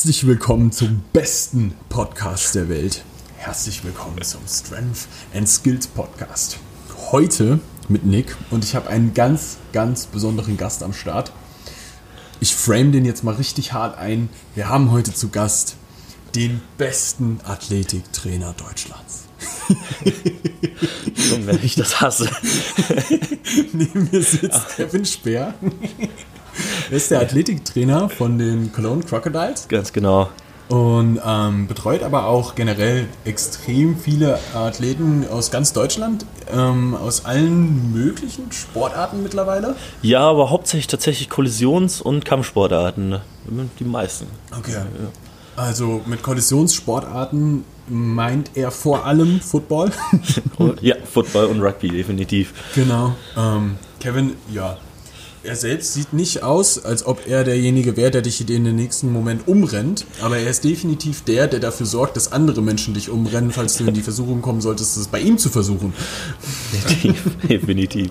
Herzlich willkommen zum besten Podcast der Welt. Herzlich willkommen zum Strength and Skills Podcast. Heute mit Nick und ich habe einen ganz, ganz besonderen Gast am Start. Ich frame den jetzt mal richtig hart ein. Wir haben heute zu Gast den besten Athletiktrainer Deutschlands. Und wenn ich das hasse. Neben mir sitzt Kevin Speer. Er ist der Athletiktrainer von den Cologne Crocodiles. Ganz genau. Und betreut aber auch generell extrem viele Athleten aus ganz Deutschland, aus allen möglichen Sportarten mittlerweile. Ja, aber hauptsächlich tatsächlich Kollisions- und Kampfsportarten. Ne? Die meisten. Okay. Ja. Also mit Kollisionssportarten meint er vor allem Football. Ja, Football und Rugby, definitiv. Genau. Kevin, ja. Er selbst sieht nicht aus, als ob er derjenige wäre, der dich in den nächsten Moment umrennt. Aber er ist definitiv der dafür sorgt, dass andere Menschen dich umrennen, falls du in die Versuchung kommen solltest, es bei ihm zu versuchen. Definitiv.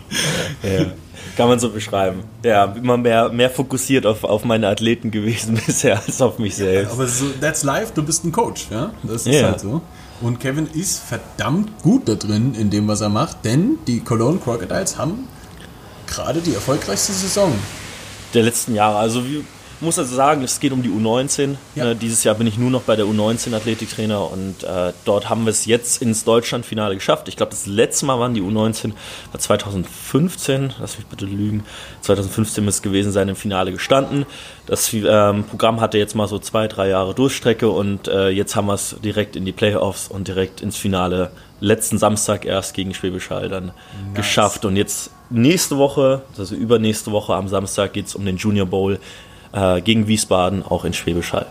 Ja, kann man so beschreiben. Ja, immer mehr fokussiert auf meine Athleten gewesen bisher als auf mich selbst. Ja, aber so, that's life, du bist ein Coach, ja? Das ist halt so. Und Kevin ist verdammt gut da drin, in dem, was er macht, denn die Cologne Crocodiles haben gerade die erfolgreichste Saison der letzten Jahre. Also ich muss also sagen, es geht um die U19. Ja. Dieses Jahr bin ich nur noch bei der U19 Athletiktrainer und dort haben wir es jetzt ins Deutschlandfinale geschafft. Ich glaube, das letzte Mal waren die U19 war 2015, lass mich bitte lügen, 2015 müsste es gewesen sein, im Finale gestanden. Das Programm hatte jetzt mal so 2-3 Jahre Durchstrecke und jetzt haben wir es direkt in die Playoffs und direkt ins Finale letzten Samstag erst gegen Schwäbisch Hall dann geschafft. Und jetzt nächste Woche, also übernächste Woche am Samstag geht es um den Junior Bowl gegen Wiesbaden, auch in Schwäbisch Hall.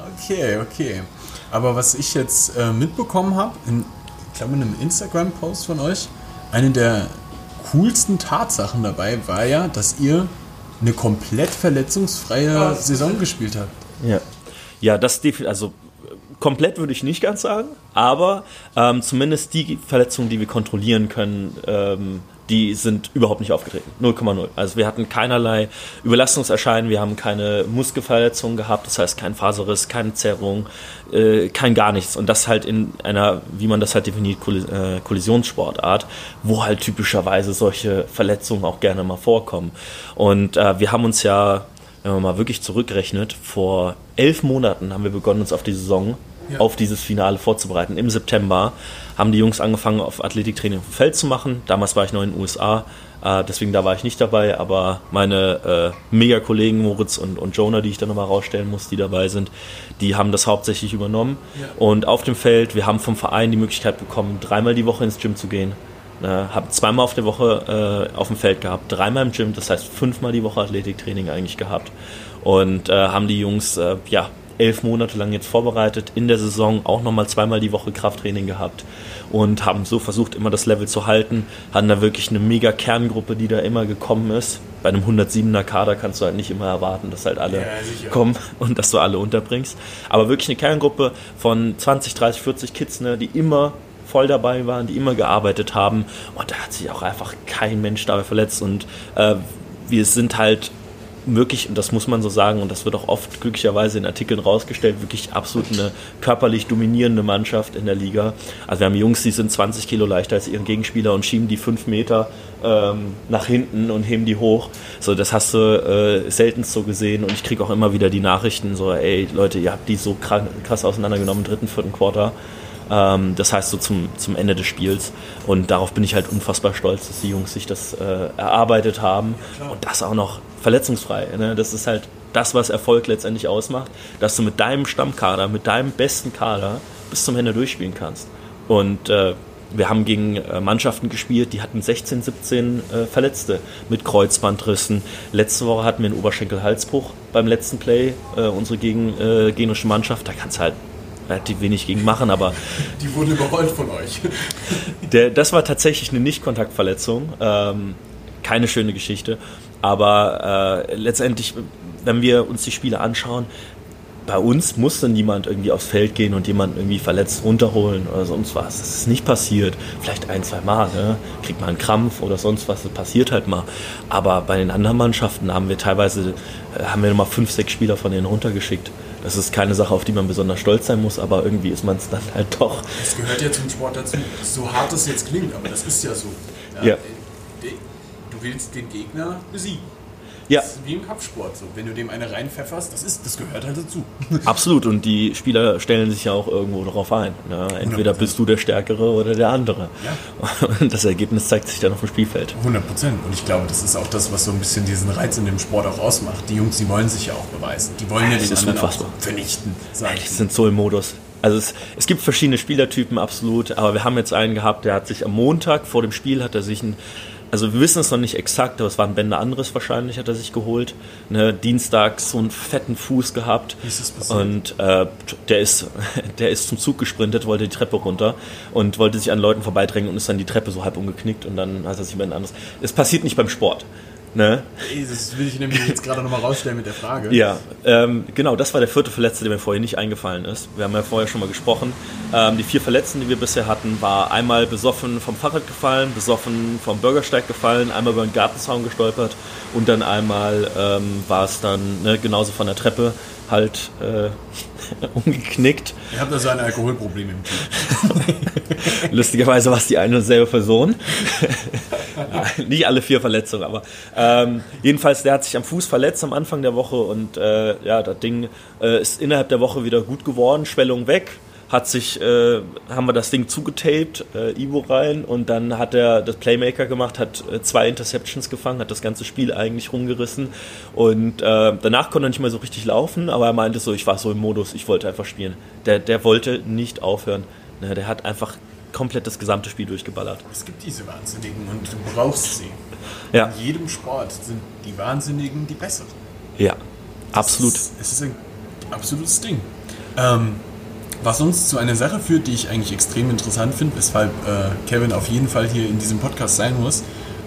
Okay. Aber was ich jetzt mitbekommen habe, ich glaube in einem Instagram-Post von euch, eine der coolsten Tatsachen dabei war ja, dass ihr eine komplett verletzungsfreie Saison gespielt habt. Ja, das also komplett würde ich nicht ganz sagen, aber zumindest die Verletzungen, die wir kontrollieren können, die sind überhaupt nicht aufgetreten. 0,0. Also wir hatten keinerlei Überlastungserscheinungen, wir haben keine Muskelverletzungen gehabt, das heißt kein Faserriss, keine Zerrung, kein gar nichts. Und das halt in einer, wie man das halt definiert, Kollisionssportart, wo halt typischerweise solche Verletzungen auch gerne mal vorkommen. Und wir haben uns ja, wenn man mal wirklich zurückrechnet, vor 11 Monaten haben wir begonnen, uns auf die Saison, auf dieses Finale vorzubereiten. Im September haben die Jungs angefangen, auf Athletiktraining auf dem Feld zu machen. Damals war ich noch in den USA, deswegen da war ich nicht dabei, aber meine Mega-Kollegen Moritz und Jonah, die ich dann nochmal rausstellen muss, die dabei sind, die haben das hauptsächlich übernommen. Ja. Und auf dem Feld, wir haben vom Verein die Möglichkeit bekommen, 3-mal die Woche ins Gym zu gehen. Habe 2-mal auf der Woche auf dem Feld gehabt, 3-mal im Gym, das heißt 5-mal die Woche Athletiktraining eigentlich gehabt. Und haben die Jungs 11 Monate lang jetzt vorbereitet, in der Saison auch nochmal 2-mal die Woche Krafttraining gehabt und haben so versucht, immer das Level zu halten, hatten da wirklich eine mega Kerngruppe, die da immer gekommen ist. Bei einem 107er Kader kannst du halt nicht immer erwarten, dass halt alle kommen und dass du alle unterbringst. Aber wirklich eine Kerngruppe von 20, 30, 40 Kids, ne, die immer voll dabei waren, die immer gearbeitet haben und da hat sich auch einfach kein Mensch dabei verletzt und wir sind halt wirklich, und das muss man so sagen, und das wird auch oft glücklicherweise in Artikeln rausgestellt, wirklich absolut eine körperlich dominierende Mannschaft in der Liga. Also wir haben Jungs, die sind 20 Kilo leichter als ihren Gegenspieler und schieben die 5 Meter nach hinten und heben die hoch. So, das hast du selten so gesehen und ich kriege auch immer wieder die Nachrichten so, ey Leute, ihr habt die so krass auseinandergenommen im 3., 4. Quarter. Das heißt so zum Ende des Spiels und darauf bin ich halt unfassbar stolz, dass die Jungs sich das erarbeitet haben und das auch noch verletzungsfrei. Ne? Das ist halt das, was Erfolg letztendlich ausmacht, dass du mit deinem Stammkader, mit deinem besten Kader bis zum Ende durchspielen kannst. Und wir haben gegen Mannschaften gespielt, die hatten 16, 17 Verletzte mit Kreuzbandrissen. Letzte Woche hatten wir einen Oberschenkel-Halsbruch beim letzten Play, unsere gegnerische Mannschaft, da kannst du halt relativ wenig gegen machen, aber die wurden überrollt von euch. Das war tatsächlich eine Nicht-Kontaktverletzung, keine schöne Geschichte, aber letztendlich, wenn wir uns die Spiele anschauen, bei uns musste niemand irgendwie aufs Feld gehen und jemanden irgendwie verletzt runterholen oder sonst was. Das ist nicht passiert. Vielleicht 1-2 Mal, ne? Kriegt man einen Krampf oder sonst was, das passiert halt mal. Aber bei den anderen Mannschaften haben wir teilweise nochmal 5-6 Spieler von denen runtergeschickt. Das ist keine Sache, auf die man besonders stolz sein muss, aber irgendwie ist man es dann halt doch. Das gehört ja zum Sport dazu. So hart es jetzt klingt, aber das ist ja so. Ja. Du willst den Gegner besiegen. Ja. Das ist wie im Kampfsport so. Wenn du dem eine reinpfefferst, das gehört halt dazu. Absolut, und die Spieler stellen sich ja auch irgendwo darauf ein. Ne? Entweder 100%. Bist du der Stärkere oder der andere. Ja. Und das Ergebnis zeigt sich dann auf dem Spielfeld. 100%. Und ich glaube, das ist auch das, was so ein bisschen diesen Reiz in dem Sport auch ausmacht. Die Jungs, die wollen sich ja auch beweisen. Die wollen ja den anderen auch vernichten. Die sind so im Modus. Also es gibt verschiedene Spielertypen, absolut. Aber wir haben jetzt einen gehabt, der hat sich am Montag vor dem Spiel, also wir wissen es noch nicht exakt, aber es war ein Bänder anderes wahrscheinlich, hat er sich geholt. Ne, Dienstag so einen fetten Fuß gehabt. Wie ist das passiert? Und der ist zum Zug gesprintet, wollte die Treppe runter und wollte sich an Leuten vorbeidrängen und ist dann die Treppe so halb umgeknickt und dann hat er sich Bänder anderes. Es passiert nicht beim Sport. Ne? Das will ich nämlich jetzt gerade nochmal rausstellen mit der Frage. Ja, genau, das war der 4. Verletzte, der mir vorher nicht eingefallen ist. Wir haben ja vorher schon mal gesprochen. Die 4 Verletzten, die wir bisher hatten, war einmal besoffen vom Fahrrad gefallen, besoffen vom Bürgersteig gefallen, einmal über den Gartenzaun gestolpert und dann einmal war es dann genauso von der Treppe halt umgeknickt. Ihr habt also ein Alkoholproblem im Team. Lustigerweise war es die eine und selbe Person. Nicht alle 4 Verletzungen, aber jedenfalls, der hat sich am Fuß verletzt am Anfang der Woche und das Ding ist innerhalb der Woche wieder gut geworden, Schwellung weg. Haben wir das Ding zugetaped, Ivo rein und dann hat er das Playmaker gemacht, hat 2 Interceptions gefangen, hat das ganze Spiel eigentlich rumgerissen und danach konnte er nicht mehr so richtig laufen, aber er meinte so, ich war so im Modus, ich wollte einfach spielen. Der wollte nicht aufhören, der hat einfach komplett das gesamte Spiel durchgeballert. Es gibt diese Wahnsinnigen und du brauchst sie. Ja. In jedem Sport sind die Wahnsinnigen die Besseren. Ja, absolut. Es ist ein absolutes Ding. Was uns zu einer Sache führt, die ich eigentlich extrem interessant finde, weshalb Kevin auf jeden Fall hier in diesem Podcast sein muss.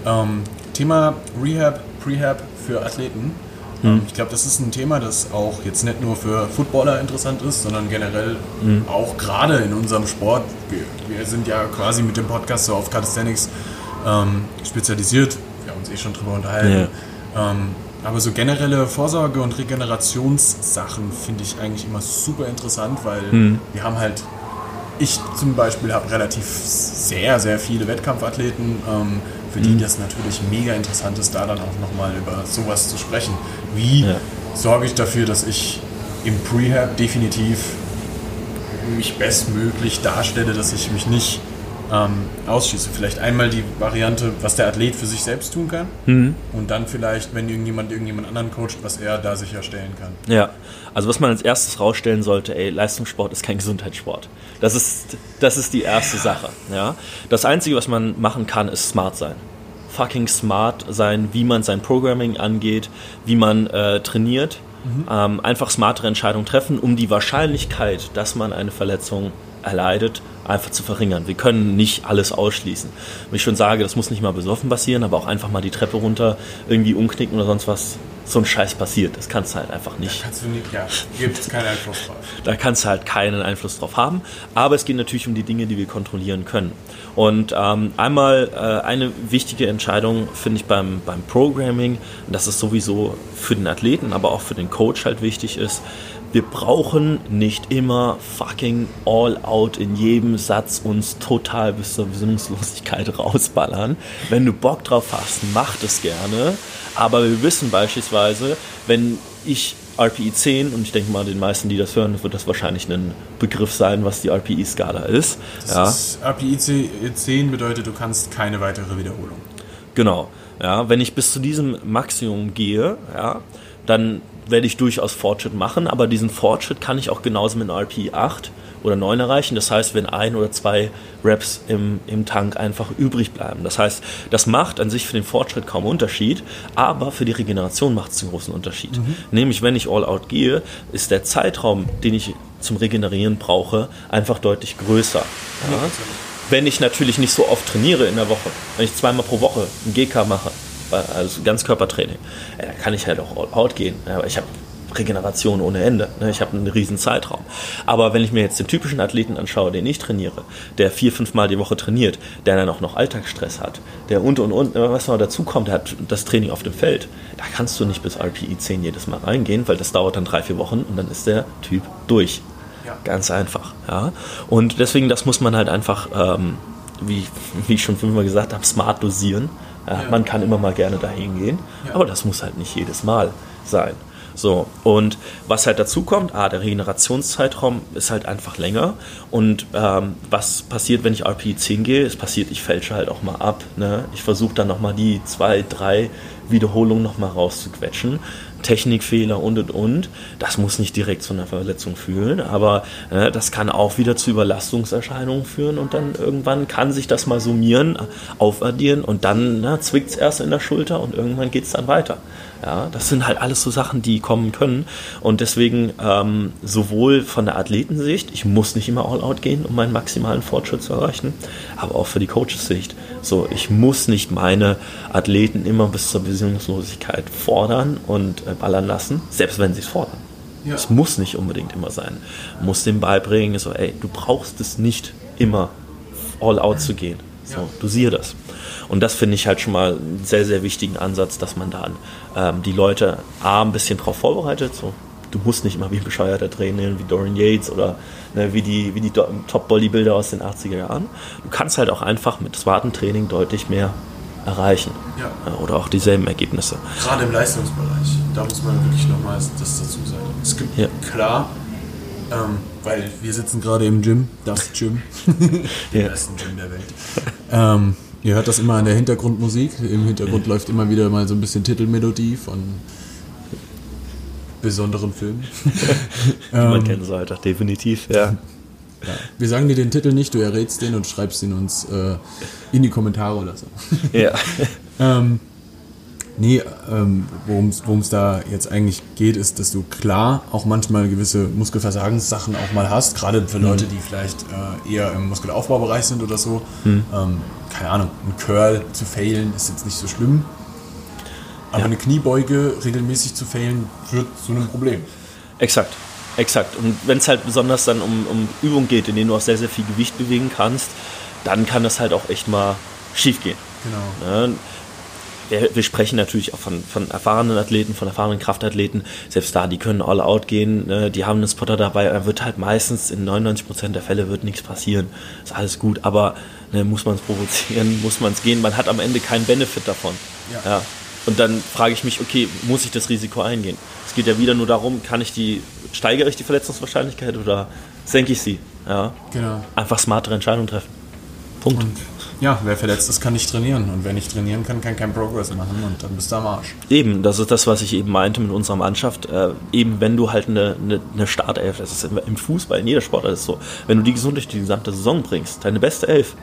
Thema Rehab, Prehab für Athleten. Ich glaube, das ist ein Thema, das auch jetzt nicht nur für Footballer interessant ist, sondern generell auch gerade in unserem Sport. Wir sind ja quasi mit dem Podcast so auf Calisthenics spezialisiert. Wir haben uns schon drüber unterhalten. Ja. Aber so generelle Vorsorge- und Regenerationssachen finde ich eigentlich immer super interessant, weil wir haben halt, ich zum Beispiel habe relativ sehr, sehr viele Wettkampfathleten, für die das natürlich mega interessant ist, da dann auch nochmal über sowas zu sprechen. Wie sorge ich dafür, dass ich im Prehab definitiv mich bestmöglich darstelle, dass ich mich nicht ausschieße. Vielleicht einmal die Variante, was der Athlet für sich selbst tun kann und dann vielleicht, wenn irgendjemand anderen coacht, was er da sicherstellen kann. Ja, also was man als erstes rausstellen sollte, Leistungssport ist kein Gesundheitssport. Das ist die erste Sache. Ja? Das Einzige, was man machen kann, ist smart sein. Fucking smart sein, wie man sein Programming angeht, wie man trainiert. Einfach smartere Entscheidungen treffen, um die Wahrscheinlichkeit, dass man eine Verletzung erleidet, einfach zu verringern. Wir können nicht alles ausschließen. Wenn ich schon sage, das muss nicht mal besoffen passieren, aber auch einfach mal die Treppe runter irgendwie umknicken oder sonst was, so ein Scheiß passiert. Das kannst du halt einfach nicht. Da kannst du nicht, gibt es keinen Einfluss drauf. Da kannst du halt keinen Einfluss drauf haben, aber es geht natürlich um die Dinge, die wir kontrollieren können. Und einmal eine wichtige Entscheidung finde ich beim Programming, und das ist sowieso für den Athleten, aber auch für den Coach halt wichtig ist, wir brauchen nicht immer fucking all out in jedem Satz uns total bis zur Besinnungslosigkeit rausballern. Wenn du Bock drauf hast, mach das gerne. Aber wir wissen beispielsweise, wenn ich RPE 10, und ich denke mal, den meisten, die das hören, wird das wahrscheinlich ein Begriff sein, was die RPE-Skala ist. RPE 10 bedeutet, du kannst keine weitere Wiederholung. Genau. Ja, wenn ich bis zu diesem Maximum gehe, dann werde ich durchaus Fortschritt machen, aber diesen Fortschritt kann ich auch genauso mit einem RPE 8 oder 9 erreichen. Das heißt, wenn 1 oder 2 Reps im Tank einfach übrig bleiben. Das heißt, das macht an sich für den Fortschritt kaum Unterschied, aber für die Regeneration macht es einen großen Unterschied. Nämlich, wenn ich all out gehe, ist der Zeitraum, den ich zum Regenerieren brauche, einfach deutlich größer. Ja? Wenn ich natürlich nicht so oft trainiere in der Woche, wenn ich 2-mal pro Woche ein GK mache, also Ganzkörpertraining, da kann ich halt auch all out gehen. Aber ich habe Regeneration ohne Ende. Ich habe einen riesen Zeitraum. Aber wenn ich mir jetzt den typischen Athleten anschaue, den ich trainiere, der 4-5 Mal die Woche trainiert, der dann auch noch Alltagsstress hat, der und, was noch dazu kommt, der hat das Training auf dem Feld, da kannst du nicht bis RPE 10 jedes Mal reingehen, weil das dauert dann 3-4 Wochen und dann ist der Typ durch. Ja. Ganz einfach. Ja? Und deswegen, das muss man halt einfach, wie ich schon 5-mal gesagt habe, smart dosieren. Ja. Man kann immer mal gerne dahin gehen, aber das muss halt nicht jedes Mal sein. So, und was halt dazu kommt, der Regenerationszeitraum ist halt einfach länger und was passiert, wenn ich RPE 10 gehe, es passiert, ich fälsche halt auch mal ab, ne? Ich versuche dann nochmal die 2-3 Wiederholungen nochmal rauszuquetschen, Technikfehler und, das muss nicht direkt zu einer Verletzung führen, aber das kann auch wieder zu Überlastungserscheinungen führen und dann irgendwann kann sich das mal summieren, aufaddieren und dann zwickt es erst in der Schulter und irgendwann geht es dann weiter. Ja, das sind halt alles so Sachen, die kommen können und deswegen sowohl von der Athletensicht, ich muss nicht immer all out gehen, um meinen maximalen Fortschritt zu erreichen, aber auch für die Coaches-Sicht. So, ich muss nicht meine Athleten immer bis zur Besinnungslosigkeit fordern und ballern lassen, selbst wenn sie es fordern. Ja. Es muss nicht unbedingt immer sein. Man muss dem beibringen, so, du brauchst es nicht immer all out zu gehen. So, dosier das. Und das finde ich halt schon mal einen sehr, sehr wichtigen Ansatz, dass man da die Leute ein bisschen drauf vorbereitet. So, du musst nicht immer wie ein Bescheuerter trainieren, wie Dorian Yates oder wie die Top-Bodybuilder aus den 80er Jahren. Du kannst halt auch einfach mit smartem Training deutlich mehr erreichen. Ja. Oder auch dieselben Ergebnisse. Gerade im Leistungsbereich, da muss man wirklich nochmal das dazu sagen. Es gibt klar, weil wir sitzen gerade im Gym, das Gym, dem besten Gym der Welt. Ihr hört das immer an der Hintergrundmusik. Im Hintergrund läuft immer wieder mal so ein bisschen Titelmelodie von besonderen Filmen. Die man kennen sollte, definitiv, ja. Wir sagen dir den Titel nicht, du errätst den und schreibst ihn uns in die Kommentare oder so. Ja. Worum es da jetzt eigentlich geht, ist, dass du klar auch manchmal gewisse Muskelversagenssachen auch mal hast, gerade für Leute, die vielleicht eher im Muskelaufbaubereich sind oder so. Keine Ahnung, ein Curl zu failen ist jetzt nicht so schlimm, aber eine Kniebeuge regelmäßig zu failen wird zu einem Problem. Exakt. Und wenn es halt besonders dann um Übungen geht, in denen du auch sehr, sehr viel Gewicht bewegen kannst, dann kann das halt auch echt mal schief gehen. Genau. Ja, wir sprechen natürlich auch von erfahrenen Athleten, von erfahrenen Kraftathleten. Selbst da, die können all out gehen, ne? Die haben einen Spotter dabei. Da wird halt meistens in 99% der Fälle wird nichts passieren. Ist alles gut, aber muss man es provozieren, muss man es gehen. Man hat am Ende keinen Benefit davon. Ja. Und dann frage ich mich, okay, muss ich das Risiko eingehen? Es geht ja wieder nur darum, steigere ich die Verletzungswahrscheinlichkeit oder senke ich sie? Ja? Genau. Einfach smartere Entscheidungen treffen. Punkt. Und wer verletzt ist, kann nicht trainieren. Und wer nicht trainieren kann, kann keinen Progress machen und dann bist du am Arsch. Eben, das ist das, was ich eben meinte mit unserer Mannschaft. Eben, wenn du halt eine Startelf, das ist im Fußball, in jeder Sportart ist es so, wenn du die gesund durch die gesamte Saison bringst, deine beste Elf,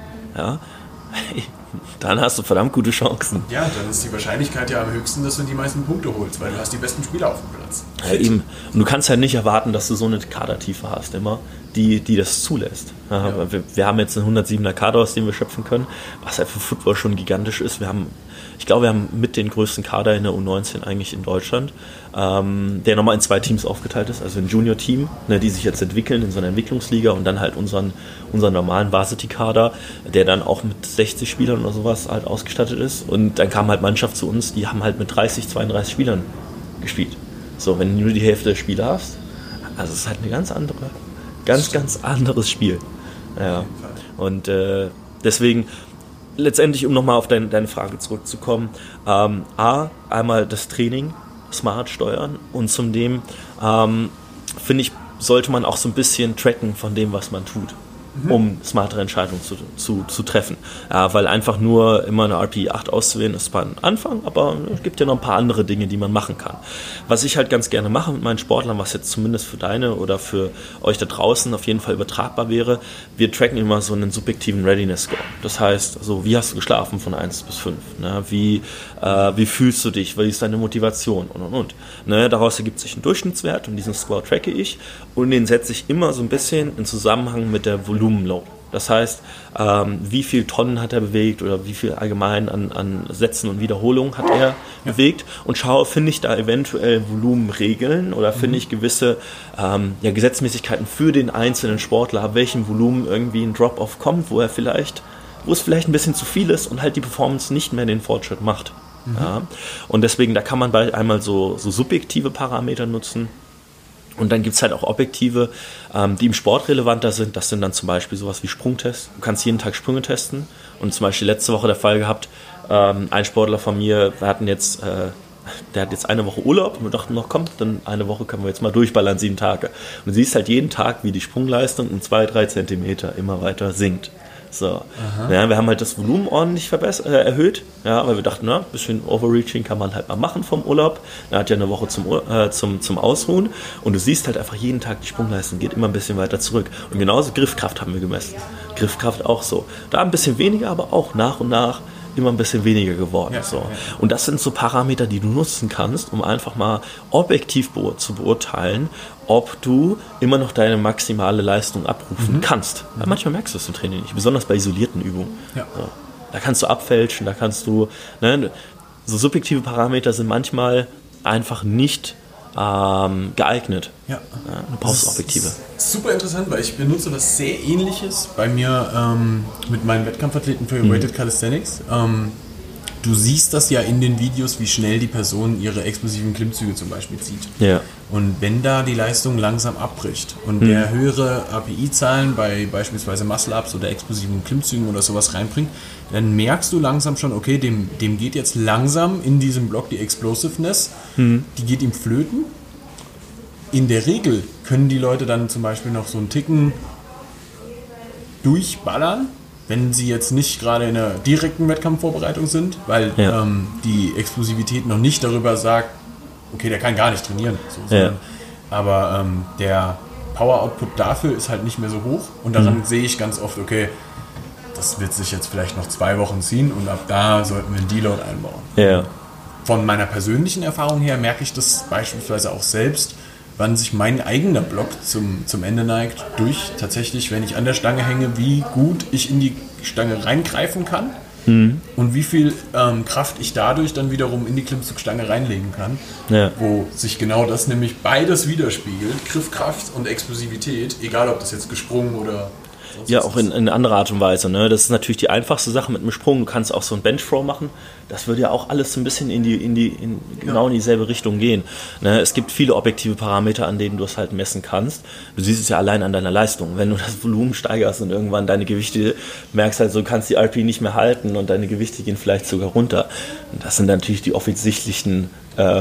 dann hast du verdammt gute Chancen. Ja, dann ist die Wahrscheinlichkeit ja am höchsten, dass du die meisten Punkte holst, weil du hast die besten Spieler auf dem Platz. Ja, eben. Und du kannst halt nicht erwarten, dass du so eine Kadertiefe hast immer, die das zulässt. Ja. Wir haben jetzt einen 107er Kader, aus dem wir schöpfen können, was halt für Football schon gigantisch ist. Ich glaube, wir haben mit den größten Kader in der U19 eigentlich in Deutschland, der nochmal in 2 Teams aufgeteilt ist, also ein Junior-Team, die sich jetzt entwickeln in so einer Entwicklungsliga und dann halt unseren normalen Varsity-Kader, der dann auch mit 60 Spielern oder sowas halt ausgestattet ist und dann kam halt Mannschaft zu uns, die haben halt mit 30, 32 Spielern gespielt. So, wenn du nur die Hälfte der Spieler hast, also es ist halt eine ganz anderes Spiel. Ja. Und deswegen letztendlich, um nochmal auf deine Frage zurückzukommen, einmal das Training smart steuern und zudem finde ich, sollte man auch so ein bisschen tracken von dem, was man tut, um smartere Entscheidungen zu treffen. Weil einfach nur immer eine RPE 8 auszuwählen, ist zwar ein Anfang, aber es gibt ja noch ein paar andere Dinge, die man machen kann. Was ich halt ganz gerne mache mit meinen Sportlern, was jetzt zumindest für deine oder für euch da draußen auf jeden Fall übertragbar wäre, wir tracken immer so einen subjektiven Readiness Score. Das heißt, also, wie hast du geschlafen von 1 bis 5? Ne? Wie fühlst du dich? Wie ist deine Motivation? Und. Ne? Daraus ergibt sich ein Durchschnittswert und diesen Score tracke ich und den setze ich immer so ein bisschen in Zusammenhang mit der Volumenload. Das heißt, wie viel Tonnen hat er bewegt oder wie viel allgemein an Sätzen und Wiederholungen hat er bewegt und schaue, finde ich da eventuell Volumenregeln oder finde ich gewisse Gesetzmäßigkeiten für den einzelnen Sportler, ab welchem Volumen irgendwie ein Drop-Off kommt, wo es vielleicht ein bisschen zu viel ist und halt die Performance nicht mehr den Fortschritt macht. Ja. Und deswegen, da kann man einmal so subjektive Parameter nutzen. Und dann gibt es halt auch objektive, die im Sport relevanter sind. Das sind dann zum Beispiel sowas wie Sprungtests. Du kannst jeden Tag Sprünge testen. Und zum Beispiel letzte Woche der Fall gehabt, ein Sportler von mir, der hat jetzt eine Woche Urlaub und wir dachten noch, komm, dann eine Woche können wir jetzt mal durchballern, 7 Tage. Und du siehst halt jeden Tag, wie die Sprungleistung um 2-3 Zentimeter immer weiter sinkt. So. Ja, wir haben halt das Volumen ordentlich erhöht, ja, weil wir dachten, ein bisschen Overreaching kann man halt mal machen vom Urlaub. Er hat ja eine Woche zum Ausruhen und du siehst halt einfach jeden Tag, die Sprungleistung geht immer ein bisschen weiter zurück. Und genauso Griffkraft haben wir gemessen. Griffkraft auch so. Da ein bisschen weniger, aber auch nach und nach immer ein bisschen weniger geworden. Ja, so. Ja. Und das sind so Parameter, die du nutzen kannst, um einfach mal objektiv zu beurteilen, ob du immer noch deine maximale Leistung abrufen kannst. Weil manchmal merkst du es im Training nicht, besonders bei isolierten Übungen. Ja. So. Da kannst du abfälschen, da kannst du... so subjektive Parameter sind manchmal einfach nicht geeignet. Ja. Du brauchst objektive. Super interessant, weil ich benutze was sehr Ähnliches bei mir mit meinen Wettkampfathleten für Weighted Calisthenics. Du siehst das ja in den Videos, wie schnell die Person ihre explosiven Klimmzüge zum Beispiel zieht. Ja. Und wenn da die Leistung langsam abbricht und der höhere API-Zahlen bei beispielsweise Muscle-Ups oder explosiven Klimmzügen oder sowas reinbringt, dann merkst du langsam schon, okay, dem geht jetzt langsam in diesem Block die Explosiveness, die geht ihm flöten. In der Regel können die Leute dann zum Beispiel noch so einen Ticken durchballern, wenn sie jetzt nicht gerade in einer direkten Wettkampfvorbereitung sind, weil die Explosivität noch nicht darüber sagt, okay, der kann gar nicht trainieren. Aber der Power-Output dafür ist halt nicht mehr so hoch und daran sehe ich ganz oft, okay, das wird sich jetzt vielleicht noch 2 Wochen ziehen und ab da sollten wir einen Deload einbauen. Ja. Von meiner persönlichen Erfahrung her merke ich das beispielsweise auch selbst, wann sich mein eigener Block zum Ende neigt, durch tatsächlich, wenn ich an der Stange hänge, wie gut ich in die Stange reingreifen kann und wie viel Kraft ich dadurch dann wiederum in die Klimmzugstange reinlegen kann, wo sich genau das nämlich beides widerspiegelt, Griffkraft und Explosivität, egal ob das jetzt gesprungen oder... Ja, auch in anderer Art und Weise. Ne? Das ist natürlich die einfachste Sache mit dem Sprung. Du kannst auch so einen Bench-Throw machen. Das würde ja auch alles so ein bisschen genau in dieselbe Richtung gehen. Ne? Es gibt viele objektive Parameter, an denen du es halt messen kannst. Du siehst es ja allein an deiner Leistung. Wenn du das Volumen steigerst und irgendwann deine Gewichte merkst, halt so, du kannst die RP nicht mehr halten und deine Gewichte gehen vielleicht sogar runter. Und das sind natürlich die offensichtlichen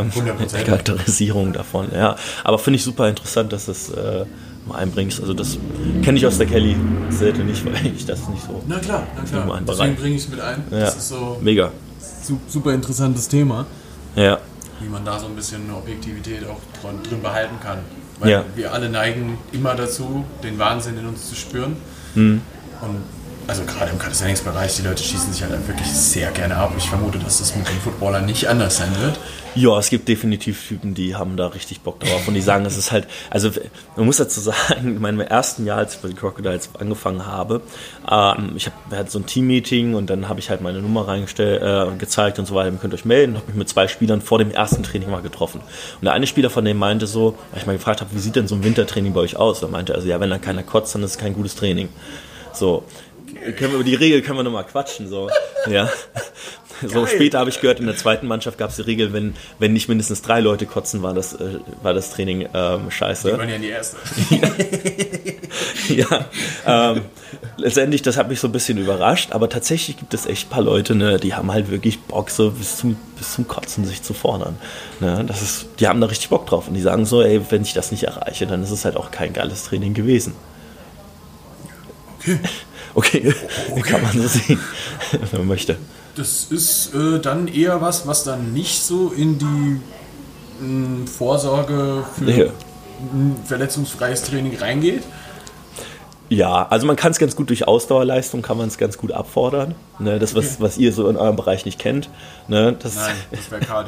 Charakterisierungen davon. Ja. Aber finde ich super interessant, dass es... einbringst. Also das kenne ich aus der Kelly-Seite nicht, weil ich das nicht so... Na klar. Deswegen bringe ich es mit ein. Ja. Das ist so mega. Super interessantes Thema. Ja. Wie man da so ein bisschen Objektivität auch drin behalten kann. Weil wir alle neigen immer dazu, den Wahnsinn in uns zu spüren. Und also gerade im Calisthenics-Bereich, die Leute schießen sich halt wirklich sehr gerne ab. Ich vermute, dass das mit den Footballern nicht anders sein wird. Ja, es gibt definitiv Typen, die haben da richtig Bock drauf und die sagen, es ist halt, also man muss dazu sagen, in meinem ersten Jahr, als ich bei den Crocodiles angefangen habe, wir hatten so ein Team-Meeting und dann habe ich halt meine Nummer gezeigt und so weiter, ihr könnt euch melden, habe mich mit 2 Spielern vor dem ersten Training mal getroffen. Und der eine Spieler von dem meinte so, weil ich mal gefragt habe, wie sieht denn so ein Wintertraining bei euch aus? Da meinte er, also ja, wenn dann keiner kotzt, dann ist es kein gutes Training. So. Über die Regel können wir nochmal quatschen. So. Ja. So später habe ich gehört, in der zweiten Mannschaft gab es die Regel, wenn nicht mindestens 3 Leute kotzen, war das Training scheiße. Die waren ja in die erste. Letztendlich, das hat mich so ein bisschen überrascht, aber tatsächlich gibt es echt ein paar Leute, ne, die haben halt wirklich Bock, so bis zum Kotzen sich zu fordern. Ne, die haben da richtig Bock drauf und die sagen so, ey, wenn ich das nicht erreiche, dann ist es halt auch kein geiles Training gewesen. Okay. Kann man so sehen, wenn man möchte. Das ist dann eher was dann nicht so in die Vorsorge für verletzungsfreies Training reingeht. Ja, also man kann es ganz gut durch Ausdauerleistung, kann man es ganz gut abfordern. Ne, das, was ihr so in eurem Bereich nicht kennt. Ne, Nein, das wäre Cardio.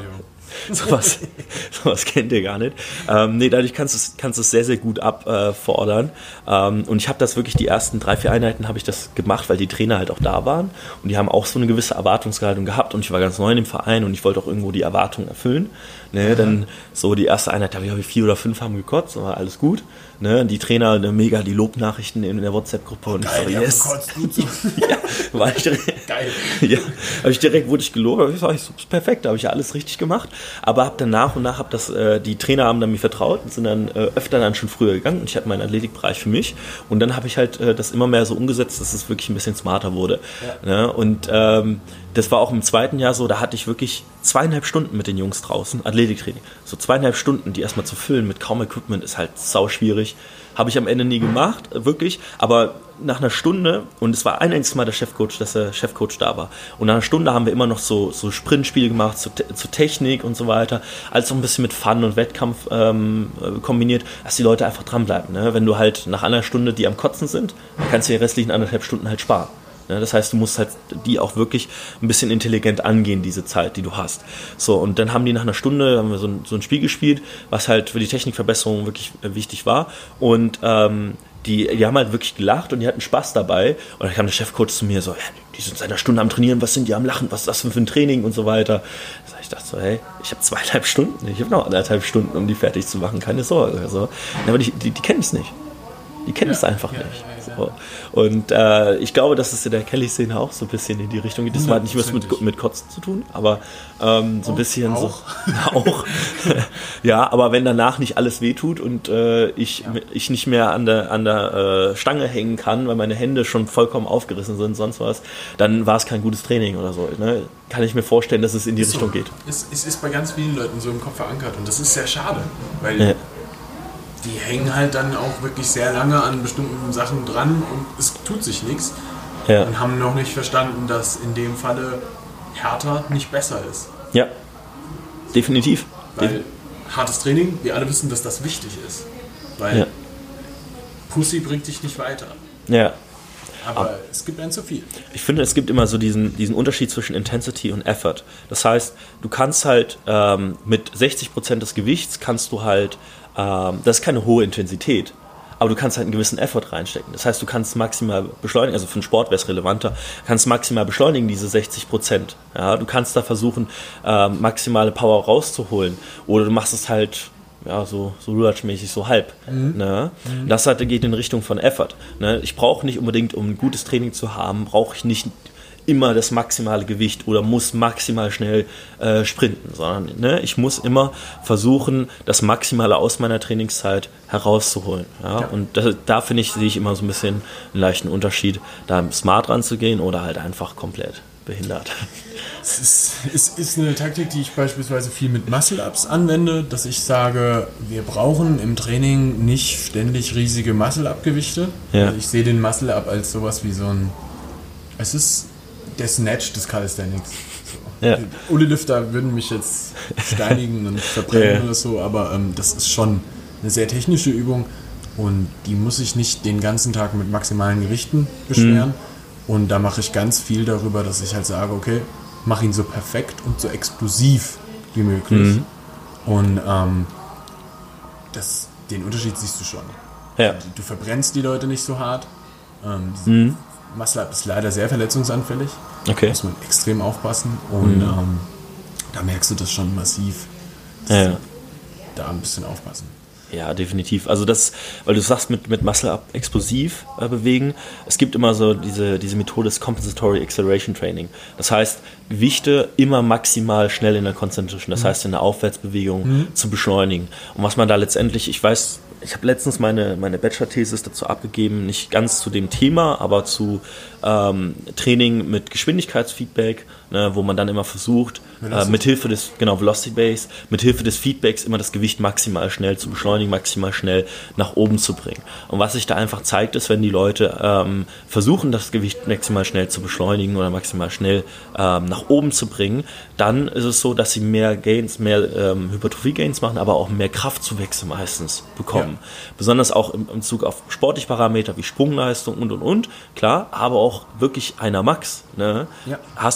Sowas kennt ihr gar nicht. Dadurch kannst du es sehr, sehr gut abfordern. Und ich habe das wirklich, die ersten 3-4 Einheiten habe ich das gemacht, weil die Trainer halt auch da waren. Und die haben auch so eine gewisse Erwartungshaltung gehabt. Und ich war ganz neu in dem Verein und ich wollte auch irgendwo die Erwartungen erfüllen. Ne, dann so die erste Einheit, da habe ich 4 oder 5 haben gekotzt, war alles gut. Ne, die Trainer, mega die Lobnachrichten in der WhatsApp-Gruppe und geil, ich so, yes. Gekotzt, gut so. Ja, war ich direkt, geil. Ja, wurde ich gelobt, ich sag, perfekt, da habe ich ja alles richtig gemacht. Aber habe dann nach und nach, die Trainer haben dann mir vertraut und sind dann öfter dann schon früher gegangen und ich hatte meinen Athletikbereich für mich. Und dann habe ich halt das immer mehr so umgesetzt, dass es wirklich ein bisschen smarter wurde. Ja. Ne, und das war auch im zweiten Jahr so, da hatte ich wirklich 2,5 Stunden mit den Jungs draußen, Athletiktraining. So 2,5 Stunden, die erstmal zu füllen mit kaum Equipment, ist halt sau schwierig. Habe ich am Ende nie gemacht, wirklich. Aber nach einer Stunde, und es war ein einziges Mal dass der Chefcoach da war. Und nach einer Stunde haben wir immer noch so Sprintspiele gemacht, zur Technik und so weiter. Alles auch ein bisschen mit Fun und Wettkampf kombiniert, dass die Leute einfach dranbleiben. Ne? Wenn du halt nach einer Stunde die am Kotzen sind, dann kannst du die restlichen 1,5 Stunden halt sparen. Das heißt, du musst halt die auch wirklich ein bisschen intelligent angehen, diese Zeit, die du hast. So, und dann haben die nach einer Stunde haben wir so ein Spiel gespielt, was halt für die Technikverbesserung wirklich wichtig war. Und die haben halt wirklich gelacht und die hatten Spaß dabei. Und dann kam der Chefcoach zu mir so, die sind seit einer Stunde am Trainieren, was sind die am Lachen, was ist das für ein Training und so weiter. Ich dachte so, hey, ich habe 2,5 Stunden, ich habe noch 1,5 Stunden, um die fertig zu machen, keine Sorge. Also, aber die kennen es nicht. Die kennen es einfach nicht. So. Und ich glaube, dass es in der Kelly-Szene auch so ein bisschen in die Richtung geht. Das hat nicht was mit Kotzen zu tun, aber so ein bisschen auch. So. Auch. Ja, aber wenn danach nicht alles wehtut und ich nicht mehr an der Stange hängen kann, weil meine Hände schon vollkommen aufgerissen sind, sonst was, dann war es kein gutes Training oder so. Ne? Kann ich mir vorstellen, dass es in die Richtung geht. Es ist bei ganz vielen Leuten so im Kopf verankert und das ist sehr schade, weil die hängen halt dann auch wirklich sehr lange an bestimmten Sachen dran und es tut sich nichts. Ja. Und haben noch nicht verstanden, dass in dem Falle härter nicht besser ist. Ja, definitiv. Weil hartes Training, wir alle wissen, dass das wichtig ist. Weil Pussy bringt dich nicht weiter. Ja. Aber es gibt einen zu viel. Ich finde, es gibt immer so diesen Unterschied zwischen Intensity und Effort. Das heißt, du kannst halt mit 60% des Gewichts kannst du halt das ist keine hohe Intensität, aber du kannst halt einen gewissen Effort reinstecken. Das heißt, du kannst maximal beschleunigen, also für den Sport wäre es relevanter, kannst maximal beschleunigen, diese 60%. Ja, du kannst da versuchen, maximale Power rauszuholen. Oder du machst es halt so Lulatsch-mäßig, so halb. Ne? Das halt geht in Richtung von Effort. Ne? Ich brauche nicht unbedingt, um ein gutes Training zu haben, brauche ich nicht immer das maximale Gewicht oder muss maximal schnell sprinten, sondern ich muss immer versuchen, das Maximale aus meiner Trainingszeit herauszuholen. Ja? Und da finde ich, sehe ich immer so ein bisschen einen leichten Unterschied, da smart ranzugehen oder halt einfach komplett behindert. Es ist eine Taktik, die ich beispielsweise viel mit Muscle-Ups anwende, dass ich sage, wir brauchen im Training nicht ständig riesige Muscle-Up-Gewichte. Ja. Also ich sehe den Muscle-Up als sowas wie es ist der Snatch des Calisthenics. So. Ja. Ulle-Lifter würden mich jetzt steinigen und verbrennen oder so, aber das ist schon eine sehr technische Übung und die muss ich nicht den ganzen Tag mit maximalen Gewichten beschweren. Und da mache ich ganz viel darüber, dass ich halt sage, okay, mach ihn so perfekt und so explosiv wie möglich. Und den Unterschied siehst du schon. Ja. Du verbrennst die Leute nicht so hart. Muscle-Up ist leider sehr verletzungsanfällig. Okay. Da muss man extrem aufpassen. Und da merkst du das schon massiv. Da ein bisschen aufpassen. Ja, definitiv. Also weil du sagst, mit Muscle-Up explosiv bewegen, es gibt immer so diese Methode des Compensatory Acceleration Training. Das heißt, Gewichte immer maximal schnell in der Concentration, das heißt in der Aufwärtsbewegung zu beschleunigen. Und was man da letztendlich, ich habe letztens meine Bachelor-Thesis dazu abgegeben, nicht ganz zu dem Thema, aber zu Training mit Geschwindigkeitsfeedback, wo man dann immer versucht, mithilfe des Velocity Base, mithilfe des Feedbacks immer das Gewicht maximal schnell zu beschleunigen, maximal schnell nach oben zu bringen. Und was sich da einfach zeigt, ist, wenn die Leute versuchen, das Gewicht maximal schnell zu beschleunigen oder maximal schnell nach oben zu bringen, dann ist es so, dass sie mehr Gains, mehr Hypertrophie-Gains machen, aber auch mehr Kraftzuwächse meistens bekommen. Ja. Besonders auch im Bezug auf sportliche Parameter wie Sprungleistung und, klar, aber auch wirklich einer Max. Ne? Ja. Hast du deutlich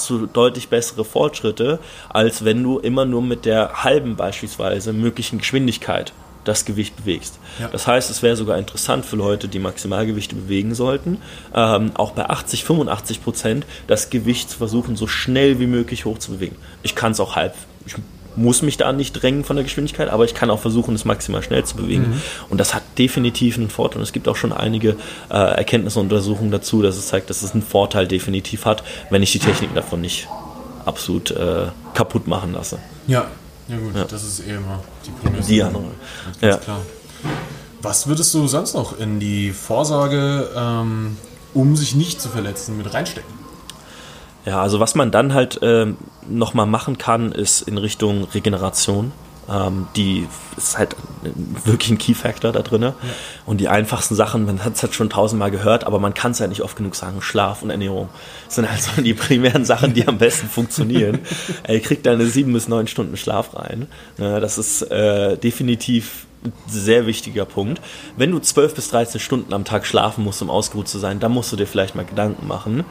deutlich bessere Fortschritte, als wenn du immer nur mit der halben beispielsweise möglichen Geschwindigkeit das Gewicht bewegst. Ja. Das heißt, es wäre sogar interessant für Leute, die Maximalgewichte bewegen sollten, auch bei 80-85% das Gewicht zu versuchen, so schnell wie möglich hochzubewegen. Ich kann es auch ich muss mich da nicht drängen von der Geschwindigkeit, aber ich kann auch versuchen, es maximal schnell zu bewegen. Und das hat definitiv einen Vorteil. Und es gibt auch schon einige Erkenntnisse und Untersuchungen dazu, dass es zeigt, dass es einen Vorteil definitiv hat, wenn ich die Technik davon nicht absolut kaputt machen lasse. Ja, ja gut, das ist eh immer die Prämisse. Die andere. Ganz klar. Was würdest du sonst noch in die Vorsorge, um sich nicht zu verletzen, mit reinstecken? Ja, also was man dann halt nochmal machen kann, ist in Richtung Regeneration. Die ist halt wirklich ein Key-Factor da drin. Ja. Und die einfachsten Sachen, man hat es halt schon 1000-mal gehört, aber man kann es halt nicht oft genug sagen. Schlaf und Ernährung sind halt so die primären Sachen, die am besten funktionieren. Ihr kriegt da eine 7 bis 9 Stunden Schlaf rein. Das ist definitiv ein sehr wichtiger Punkt. Wenn du 12 bis 13 Stunden am Tag schlafen musst, um ausgeruht zu sein, dann musst du dir vielleicht mal Gedanken machen,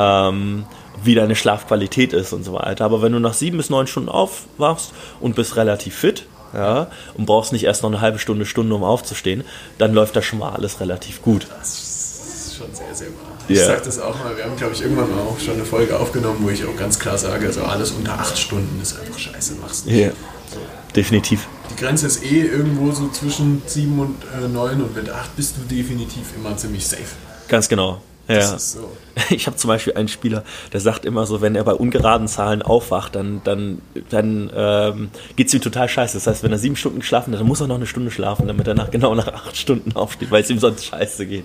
wie deine Schlafqualität ist und so weiter. Aber wenn du nach 7 bis 9 Stunden aufwachst und bist relativ fit, ja, und brauchst nicht erst noch eine halbe Stunde, um aufzustehen, dann läuft das schon mal alles relativ gut. Das ist schon sehr, sehr wahr. Ich sage das auch mal, wir haben, glaube ich, irgendwann mal auch schon eine Folge aufgenommen, wo ich auch ganz klar sage, also alles unter 8 Stunden ist einfach scheiße, machst nicht. Yeah. So. Definitiv. Die Grenze ist irgendwo so zwischen 7 und 9 und mit 8 bist du definitiv immer ziemlich safe. Ganz genau. Ja. Das ist so. Ich habe zum Beispiel einen Spieler, der sagt immer so, wenn er bei ungeraden Zahlen aufwacht, dann geht es ihm total scheiße. Das heißt, wenn er 7 Stunden geschlafen hat, dann muss er noch eine Stunde schlafen, damit er genau nach 8 Stunden aufsteht, weil es ihm sonst scheiße geht.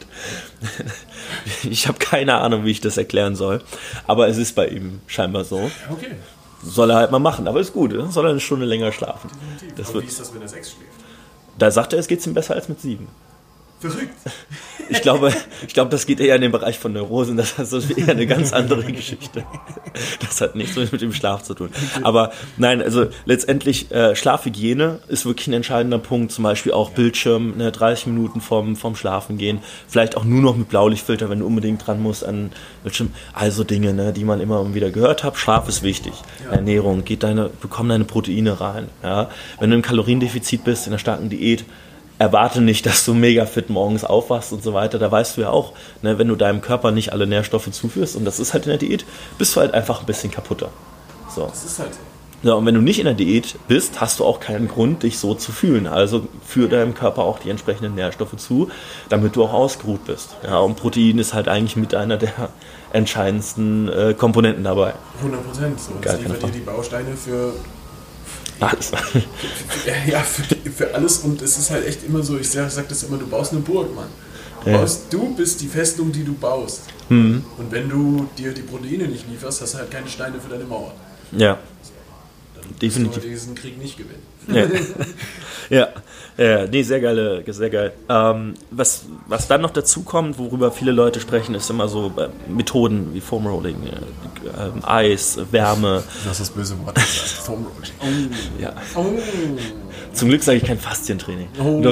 Ich habe keine Ahnung, wie ich das erklären soll, aber es ist bei ihm scheinbar so. Okay. Soll er halt mal machen, aber ist gut, soll er eine Stunde länger schlafen. Definitiv. Aber wie ist das, wenn er 6 schläft? Da sagt er, es geht ihm besser als mit 7. Verrückt. Ich glaube, das geht eher in den Bereich von Neurosen, das ist eher eine ganz andere Geschichte. Das hat nichts mit dem Schlaf zu tun. Aber nein, also letztendlich Schlafhygiene ist wirklich ein entscheidender Punkt, zum Beispiel auch Bildschirm, 30 Minuten vorm Schlafen gehen, vielleicht auch nur noch mit Blaulichtfilter, wenn du unbedingt dran musst an Bildschirm. Also Dinge, die man immer wieder gehört hat. Schlaf ist wichtig. Ja. Ernährung, bekomm deine Proteine rein. Ja? Wenn du im Kaloriendefizit bist, in einer starken Diät, erwarte nicht, dass du mega fit morgens aufwachst und so weiter. Da weißt du ja auch, wenn du deinem Körper nicht alle Nährstoffe zuführst, und das ist halt in der Diät, bist du halt einfach ein bisschen kaputter. So. Das ist halt so. Ja, und wenn du nicht in der Diät bist, hast du auch keinen Grund, dich so zu fühlen. Also führ deinem Körper auch die entsprechenden Nährstoffe zu, damit du auch ausgeruht bist. Ja, und Protein ist halt eigentlich mit einer der entscheidendsten Komponenten dabei. 100%. So, das liefert dir die Bausteine für alles. Ja, für alles, und es ist halt echt immer so, ich sag das immer, du baust eine Burg, Mann. Du bist die Festung, die du baust. Und wenn du dir die Proteine nicht lieferst, hast du halt keine Steine für deine Mauer. Ja. Dann definitiv. Du diesen Krieg nicht gewinnen. Ja, nee, sehr geil. Was dann noch dazu kommt, worüber viele Leute sprechen, ist immer so Methoden wie Foam Rolling, Eis, Wärme. Du hast das böse Wort gesagt, Foam Rolling. Ja. Zum Glück sage ich kein Faszientraining.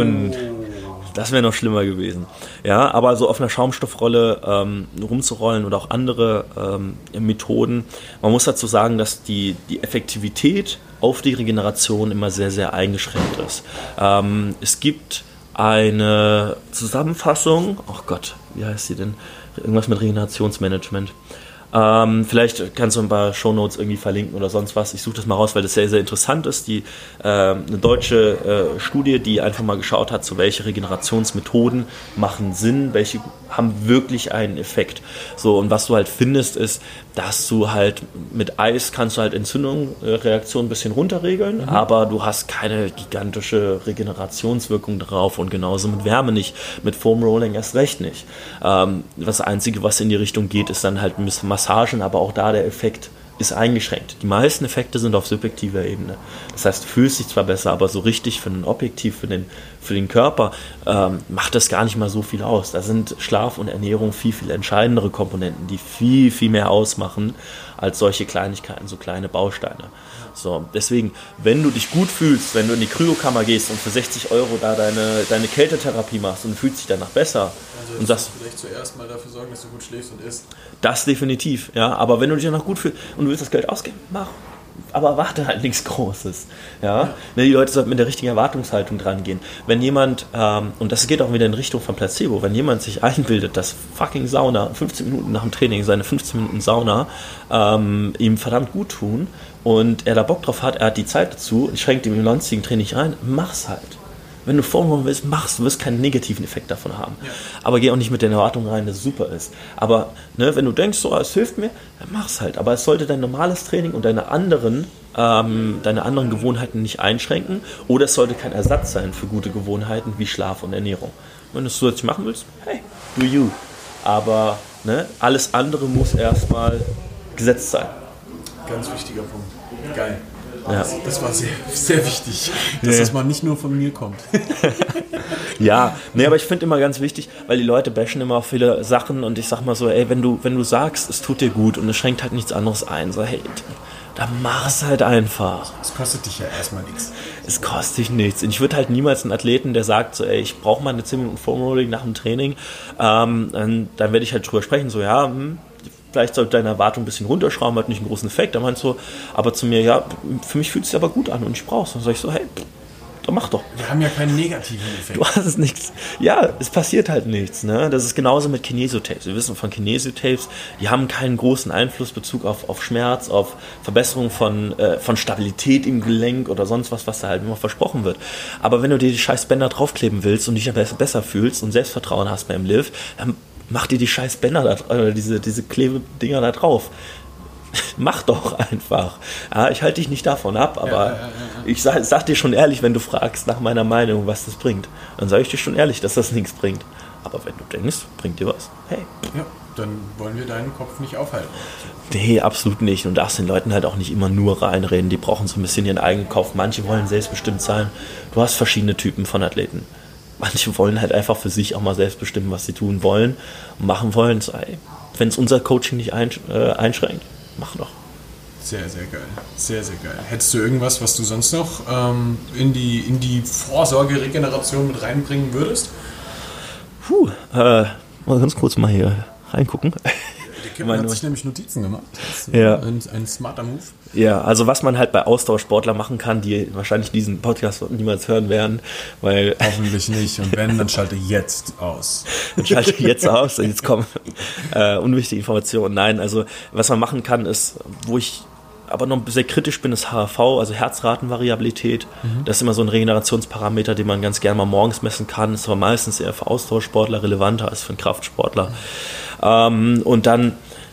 Das wäre noch schlimmer gewesen. Ja, aber so auf einer Schaumstoffrolle rumzurollen oder auch andere Methoden. Man muss dazu sagen, dass die Effektivität auf die Regeneration immer sehr, sehr eingeschränkt ist. Es gibt eine Zusammenfassung, oh Gott, wie heißt sie denn? Irgendwas mit Regenerationsmanagement. Vielleicht kannst du ein paar Shownotes irgendwie verlinken oder sonst was. Ich suche das mal raus, weil das sehr, sehr interessant ist. Eine deutsche Studie, die einfach mal geschaut hat, so welche Regenerationsmethoden machen Sinn, welche haben wirklich einen Effekt. So, und was du halt findest, ist, dass du halt mit Eis kannst du halt Entzündungsreaktionen ein bisschen runterregeln, aber du hast keine gigantische Regenerationswirkung drauf, und genauso mit Wärme nicht, mit Foam Rolling erst recht nicht. Das Einzige, was in die Richtung geht, ist dann halt ein bisschen Massagen, aber auch da der Effekt ist eingeschränkt. Die meisten Effekte sind auf subjektiver Ebene. Das heißt, du fühlst dich zwar besser, aber so richtig für den Objektiv, für den Körper macht das gar nicht mal so viel aus. Da sind Schlaf und Ernährung viel, viel entscheidendere Komponenten, die viel, viel mehr ausmachen als solche Kleinigkeiten, so kleine Bausteine. So, deswegen, wenn du dich gut fühlst, wenn du in die Kryokammer gehst und für 60 € da deine Kältetherapie machst und du fühlst dich danach besser, also und sagst, vielleicht zuerst mal dafür sorgen, dass du gut schläfst und isst. Das definitiv, ja. Aber wenn du dich danach gut fühlst, und und du willst das Geld ausgeben, mach. Aber erwarte halt nichts Großes. Ja? Die Leute sollten mit der richtigen Erwartungshaltung dran gehen. Wenn jemand, und das geht auch wieder in Richtung von Placebo, wenn jemand sich einbildet, dass fucking Sauna, 15 Minuten nach dem Training, seine 15 Minuten Sauna ihm verdammt gut tun und er da Bock drauf hat, er hat die Zeit dazu und schränkt ihm im sonstigen Training ein, mach's halt. Wenn du Formholen willst, machst du, wirst keinen negativen Effekt davon haben. Ja. Aber geh auch nicht mit der Erwartung rein, dass es super ist. Aber wenn du denkst, so, es hilft mir, dann mach's halt. Aber es sollte dein normales Training und deine anderen Gewohnheiten nicht einschränken. Oder es sollte kein Ersatz sein für gute Gewohnheiten wie Schlaf und Ernährung. Wenn du es zusätzlich machen willst, hey, do you. Aber alles andere muss erstmal gesetzt sein. Ganz wichtiger Punkt. Geil. Ja. Das war sehr, sehr wichtig, dass das mal nicht nur von mir kommt. Ja, aber ich finde immer ganz wichtig, weil die Leute bashen immer auf viele Sachen und ich sag mal so, ey, wenn du sagst, es tut dir gut und es schränkt halt nichts anderes ein, so hey, dann mach es halt einfach. Es kostet dich ja erstmal nichts. Es kostet dich nichts. Und ich würde halt niemals einen Athleten, der sagt, so, ey, ich brauche mal eine 10 Minuten Foam Rolling nach dem Training, dann werde ich halt drüber sprechen, so ja, vielleicht sollte deine Erwartung ein bisschen runterschrauben, hat nicht einen großen Effekt. Da meinst du, aber zu mir, ja, für mich fühlt es sich aber gut an und ich brauche es. Dann sage ich so, hey, dann mach doch. Wir haben ja keinen negativen Effekt. Du hast es nichts. Ja, es passiert halt nichts. Ne? Das ist genauso mit Kinesiotapes. Wir wissen von Kinesiotapes, die haben keinen großen Einfluss in Bezug auf Schmerz, auf Verbesserung von Stabilität im Gelenk oder sonst was da halt immer versprochen wird. Aber wenn du dir die scheiß Bänder draufkleben willst und dich besser fühlst und Selbstvertrauen hast beim Lift, dann mach dir die scheiß Bänder oder diese Klebedinger da drauf. Mach doch einfach. Ja, ich halte dich nicht davon ab, aber ich sag dir schon ehrlich, wenn du fragst nach meiner Meinung, was das bringt, dann sage ich dir schon ehrlich, dass das nichts bringt. Aber wenn du denkst, bringt dir was, hey. Ja, dann wollen wir deinen Kopf nicht aufhalten. Nee, absolut nicht. Und darfst den Leuten halt auch nicht immer nur reinreden. Die brauchen so ein bisschen ihren eigenen Kopf. Manche wollen selbstbestimmt sein. Du hast verschiedene Typen von Athleten. Manche wollen halt einfach für sich auch mal selbst bestimmen, was sie tun wollen und machen wollen. So, wenn es unser Coaching nicht einschränkt, mach doch. Sehr, sehr geil. Sehr, sehr geil. Hättest du irgendwas, was du sonst noch in die Vorsorgeregeneration mit reinbringen würdest? Mal ganz kurz mal hier reingucken. Der Kippen hat sich nämlich Notizen gemacht. Das ist ein smarter Move. Ja, also was man halt bei Ausdauersportlern machen kann, die wahrscheinlich diesen Podcast niemals hören werden, weil... Hoffentlich nicht. Und wenn, dann schalte jetzt aus. Jetzt kommen unwichtige Informationen. Nein, also was man machen kann ist, wo ich aber noch sehr kritisch bin, ist HRV, also Herzratenvariabilität. Das ist immer so ein Regenerationsparameter, den man ganz gerne mal morgens messen kann. Ist aber meistens eher für Ausdauersportler relevanter als für einen Kraftsportler. Und dann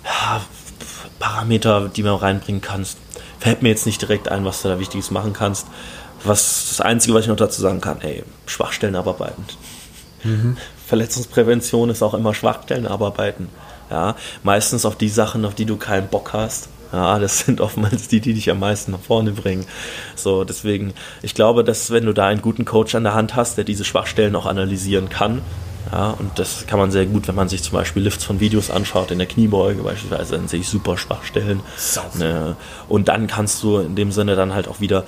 Parameter, die man reinbringen kannst. Fällt mir jetzt nicht direkt ein, was du da Wichtiges machen kannst. Das Einzige, was ich noch dazu sagen kann, Schwachstellen abarbeiten. Verletzungsprävention ist auch immer Schwachstellen abarbeiten. Ja, meistens auf die Sachen, auf die du keinen Bock hast. Ja, das sind oftmals die dich am meisten nach vorne bringen. So, deswegen, ich glaube, dass wenn du da einen guten Coach an der Hand hast, der diese Schwachstellen auch analysieren kann, ja, und das kann man sehr gut, wenn man sich zum Beispiel Lifts von Videos anschaut, in der Kniebeuge beispielsweise, dann sehe ich super Schwachstellen. Ne? Und dann kannst du in dem Sinne dann halt auch wieder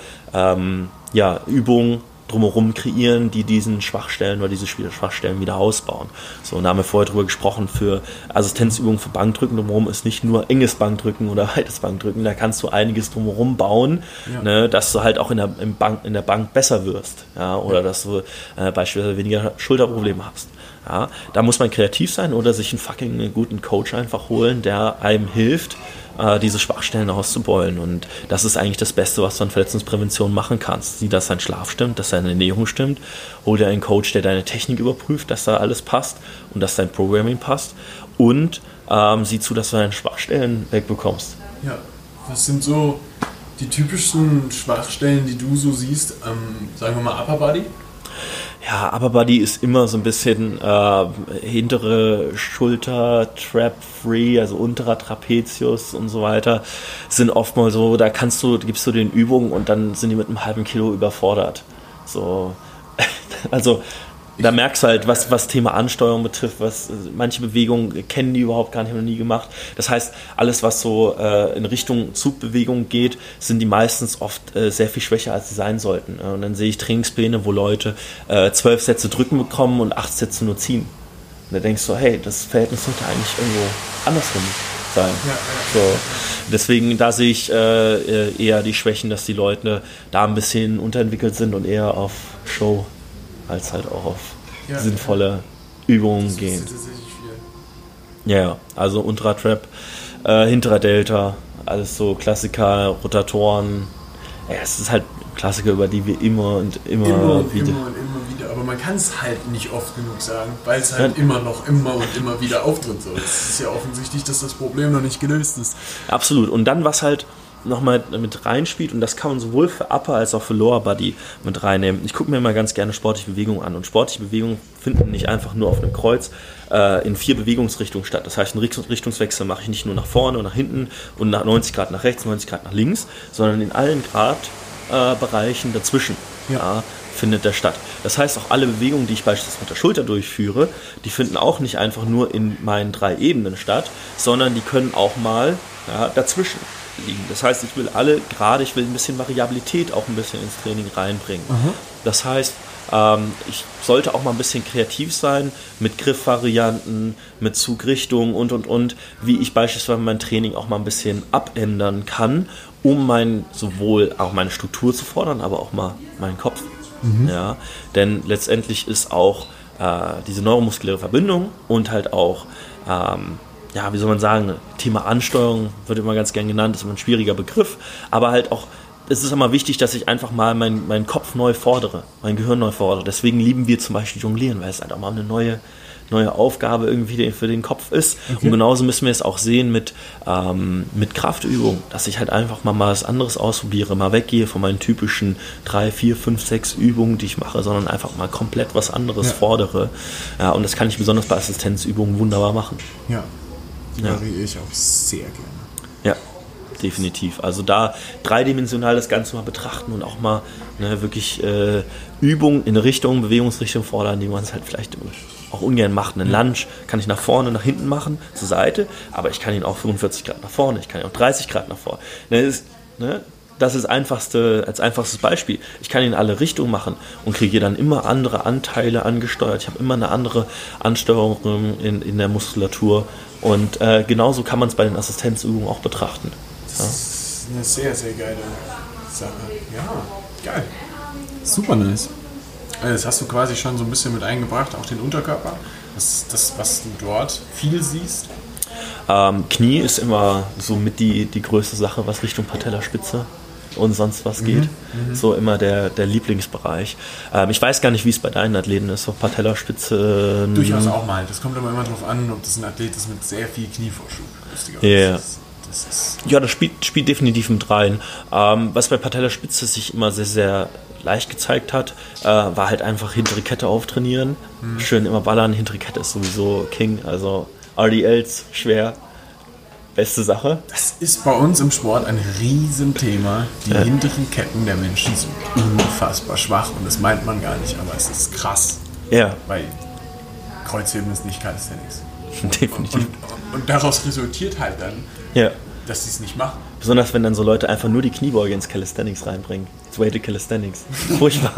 Übungen drumherum kreieren, die diesen Schwachstellen oder diese Schwachstellen wieder ausbauen. So, und da haben wir vorher drüber gesprochen, für Assistenzübungen für Bankdrücken drumherum ist nicht nur enges Bankdrücken oder weites Bankdrücken, da kannst du einiges drumherum bauen, ne, dass du halt auch in der Bank besser wirst, ja, oder dass du beispielsweise weniger Schulterprobleme hast. Ja, da muss man kreativ sein oder sich einen fucking guten Coach einfach holen, der einem hilft, diese Schwachstellen auszubeulen. Und das ist eigentlich das Beste, was du an Verletzungsprävention machen kannst. Sieh, dass dein Schlaf stimmt, dass deine Ernährung stimmt. Hol dir einen Coach, der deine Technik überprüft, dass da alles passt und dass dein Programming passt. Und sieh zu, dass du deine Schwachstellen wegbekommst. Ja, was sind so die typischsten Schwachstellen, die du so siehst, sagen wir mal Upper Body? Ja, Upper Body ist immer so ein bisschen hintere Schulter, Trap-Free, also unterer Trapezius und so weiter, sind oftmals so, da gibst du den Übungen und dann sind die mit einem halben Kilo überfordert. So, also da merkst du halt, was Thema Ansteuerung betrifft, manche Bewegungen kennen die überhaupt gar nicht, haben noch nie gemacht. Das heißt, alles, was so in Richtung Zugbewegung geht, sind die meistens oft sehr viel schwächer, als sie sein sollten. Und dann sehe ich Trainingspläne, wo Leute 12 Sätze drücken bekommen und 8 Sätze nur ziehen. Und da denkst du, hey, das Verhältnis sollte eigentlich irgendwo andersrum sein. So. Deswegen, da sehe ich eher die Schwächen, dass die Leute da ein bisschen unterentwickelt sind und eher auf Show als halt auch auf sinnvolle Übungen gehen. Ja, also unterer Trap, hinterer Delta, alles so Klassiker, Rotatoren. Ja, es ist halt Klassiker, über die wir immer wieder. Aber man kann es halt nicht oft genug sagen, weil es halt immer wieder auftritt. So. Es ist ja offensichtlich, dass das Problem noch nicht gelöst ist. Absolut. Und dann, was halt nochmal mit reinspielt, und das kann man sowohl für Upper als auch für Lower Body mit reinnehmen. Ich gucke mir immer ganz gerne sportliche Bewegungen an, und sportliche Bewegungen finden nicht einfach nur auf einem Kreuz in 4 Bewegungsrichtungen statt. Das heißt, einen Richtungswechsel mache ich nicht nur nach vorne und nach hinten und nach 90 Grad nach rechts, 90 Grad nach links, sondern in allen Bereichen dazwischen findet der statt. Das heißt, auch alle Bewegungen, die ich beispielsweise mit der Schulter durchführe, die finden auch nicht einfach nur in meinen 3 Ebenen statt, sondern die können auch mal dazwischen liegen. Das heißt, ich will ein bisschen Variabilität auch ein bisschen ins Training reinbringen. Das heißt, ich sollte auch mal ein bisschen kreativ sein mit Griffvarianten, mit Zugrichtungen und, wie ich beispielsweise mein Training auch mal ein bisschen abändern kann, um sowohl auch meine Struktur zu fordern, aber auch mal meinen Kopf. Ja, denn letztendlich ist auch diese neuromuskuläre Verbindung und halt auch wie soll man sagen, Thema Ansteuerung wird immer ganz gern genannt, ist immer ein schwieriger Begriff, aber halt auch, es ist immer wichtig, dass ich einfach mal meinen Kopf neu fordere, mein Gehirn neu fordere. Deswegen lieben wir zum Beispiel Jonglieren, weil es halt auch mal eine neue Aufgabe irgendwie für den Kopf ist. Okay. Und genauso müssen wir es auch sehen mit Kraftübungen, dass ich halt einfach mal was anderes ausprobiere, mal weggehe von meinen typischen 3, 4, 5, 6 Übungen, die ich mache, sondern einfach mal komplett was anderes fordere. Ja, und das kann ich besonders bei Assistenzübungen wunderbar machen. Ja, variiere ich auch sehr gerne. Ja, definitiv. Also da dreidimensional das Ganze mal betrachten und auch mal wirklich Übungen in eine Richtung, Bewegungsrichtung fordern, die man es halt vielleicht auch ungern macht. Einen Lunge kann ich nach vorne, nach hinten machen, zur Seite, aber ich kann ihn auch 45 Grad nach vorne, ich kann ihn auch 30 Grad nach vorne. Das ist als einfachstes Beispiel. Ich kann ihn in alle Richtungen machen und kriege dann immer andere Anteile angesteuert. Ich habe immer eine andere Ansteuerung in der Muskulatur. Und genauso kann man es bei den Assistenzübungen auch betrachten. Das ist eine sehr, sehr geile Sache. Ja, geil. Super nice. Das hast du quasi schon so ein bisschen mit eingebracht, auch den Unterkörper. Das, was du dort viel siehst. Knie ist immer so mit die größte Sache, was Richtung Patellaspitze und sonst was geht. So immer der Lieblingsbereich. Ich weiß gar nicht, wie es bei deinen Athleten ist, auf Patellaspitze. Durchaus auch mal. Das kommt aber immer darauf an, ob das ein Athlet ist mit sehr viel Knievorschub. Yeah. Ja, das spielt definitiv mit rein. Was bei Patellaspitze sich immer sehr, sehr leicht gezeigt hat, war halt einfach hintere Kette auftrainieren. Schön immer ballern. Hintere Kette ist sowieso King. Also RDLs schwer. Beste Sache. Das ist bei uns im Sport ein Riesenthema. Die hinteren Ketten der Menschen sind unfassbar schwach und das meint man gar nicht, aber es ist krass. Ja. Weil Kreuzheben ist nicht Calisthenics. Definitiv. Und daraus resultiert halt dann, dass sie es nicht machen. Besonders wenn dann so Leute einfach nur die Kniebeuge ins Calisthenics reinbringen. It's Weighted Calisthenics. Furchtbar.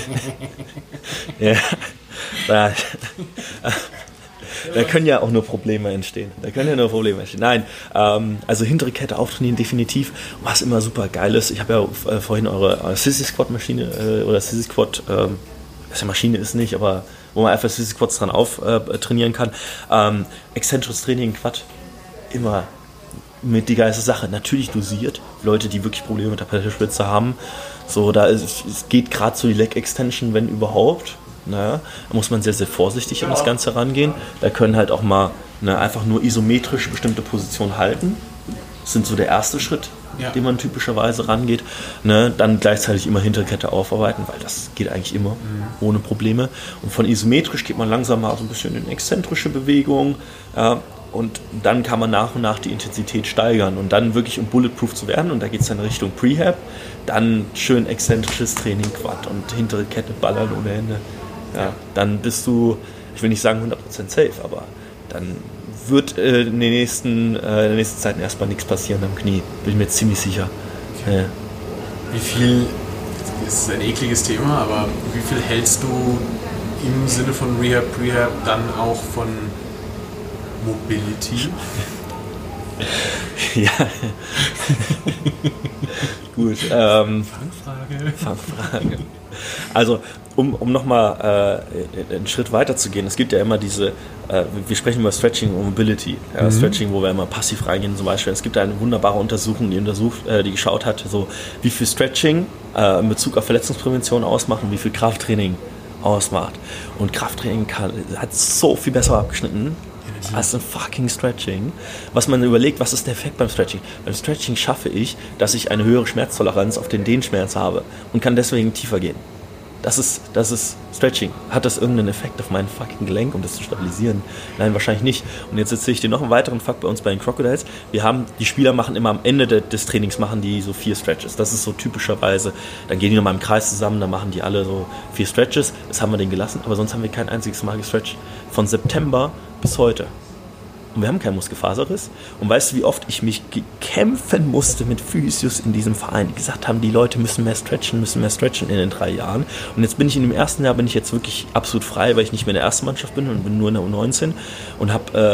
Da können ja auch nur Probleme entstehen. Nein, also hintere Kette auftrainieren definitiv. Was immer super geil ist, ich habe ja vorhin eure Sissy Squat Maschine oder Sissy Squat, was ja Maschine ist nicht, aber wo man einfach Sissy Squats dran trainieren kann. Exzentrisches Training, Quad, immer mit die geilste Sache. Natürlich dosiert. Leute, die wirklich Probleme mit der Patellaspitze haben. So, es geht gerade so die Leg Extension, wenn überhaupt. Da muss man sehr, sehr vorsichtig an das Ganze rangehen. Da können halt auch mal einfach nur isometrisch bestimmte Positionen halten. Das sind so der erste Schritt, den man typischerweise rangeht. Dann gleichzeitig immer Hinterkette aufarbeiten, weil das geht eigentlich immer ohne Probleme. Und von isometrisch geht man langsam mal so ein bisschen in exzentrische Bewegungen. Und dann kann man nach und nach die Intensität steigern und dann wirklich um bulletproof zu werden. Und da geht es dann Richtung Prehab. Dann schön exzentrisches Training, Quad und hintere Kette ballern ohne Ende. Ja, dann bist du, ich will nicht sagen 100% safe, aber dann wird in der nächsten Zeit erstmal nichts passieren am Knie. Bin ich mir ziemlich sicher. Okay. Ja. Wie viel, das ist ein ekliges Thema, aber wie viel hältst du im Sinne von Rehab, Prehab dann auch von Mobility? Ja. Gut. Fangfrage. Also, um nochmal einen Schritt weiter zu gehen, es gibt ja immer diese, wir sprechen über Stretching und Mobility. Ja, Stretching, wo wir immer passiv reingehen zum Beispiel. Es gibt eine wunderbare Untersuchung, die geschaut hat, so wie viel Stretching in Bezug auf Verletzungsprävention ausmacht und wie viel Krafttraining ausmacht. Und Krafttraining hat so viel besser abgeschnitten als ein fucking Stretching. Was man überlegt, was ist der Effekt beim Stretching? Beim Stretching schaffe ich, dass ich eine höhere Schmerztoleranz auf den Dehnschmerz habe und kann deswegen tiefer gehen. Das ist Stretching. Hat das irgendeinen Effekt auf mein fucking Gelenk, um das zu stabilisieren? Nein, wahrscheinlich nicht. Und jetzt erzähle ich dir noch einen weiteren Fakt bei uns bei den Crocodiles. Die Spieler machen immer am Ende des Trainings machen die so 4 Stretches. Das ist so typischerweise, dann gehen die nochmal im Kreis zusammen, dann machen die alle so 4 Stretches. Das haben wir denen gelassen, aber sonst haben wir kein einziges Mal gestretcht. Von September bis heute. Und wir haben keinen Muskelfaserriss. Und weißt du, wie oft ich mich kämpfen musste mit Physios in diesem Verein, die gesagt haben, die Leute müssen mehr stretchen in den 3 Jahren. Und jetzt bin ich in dem ersten Jahr jetzt wirklich absolut frei, weil ich nicht mehr in der ersten Mannschaft bin und bin nur in der U19 und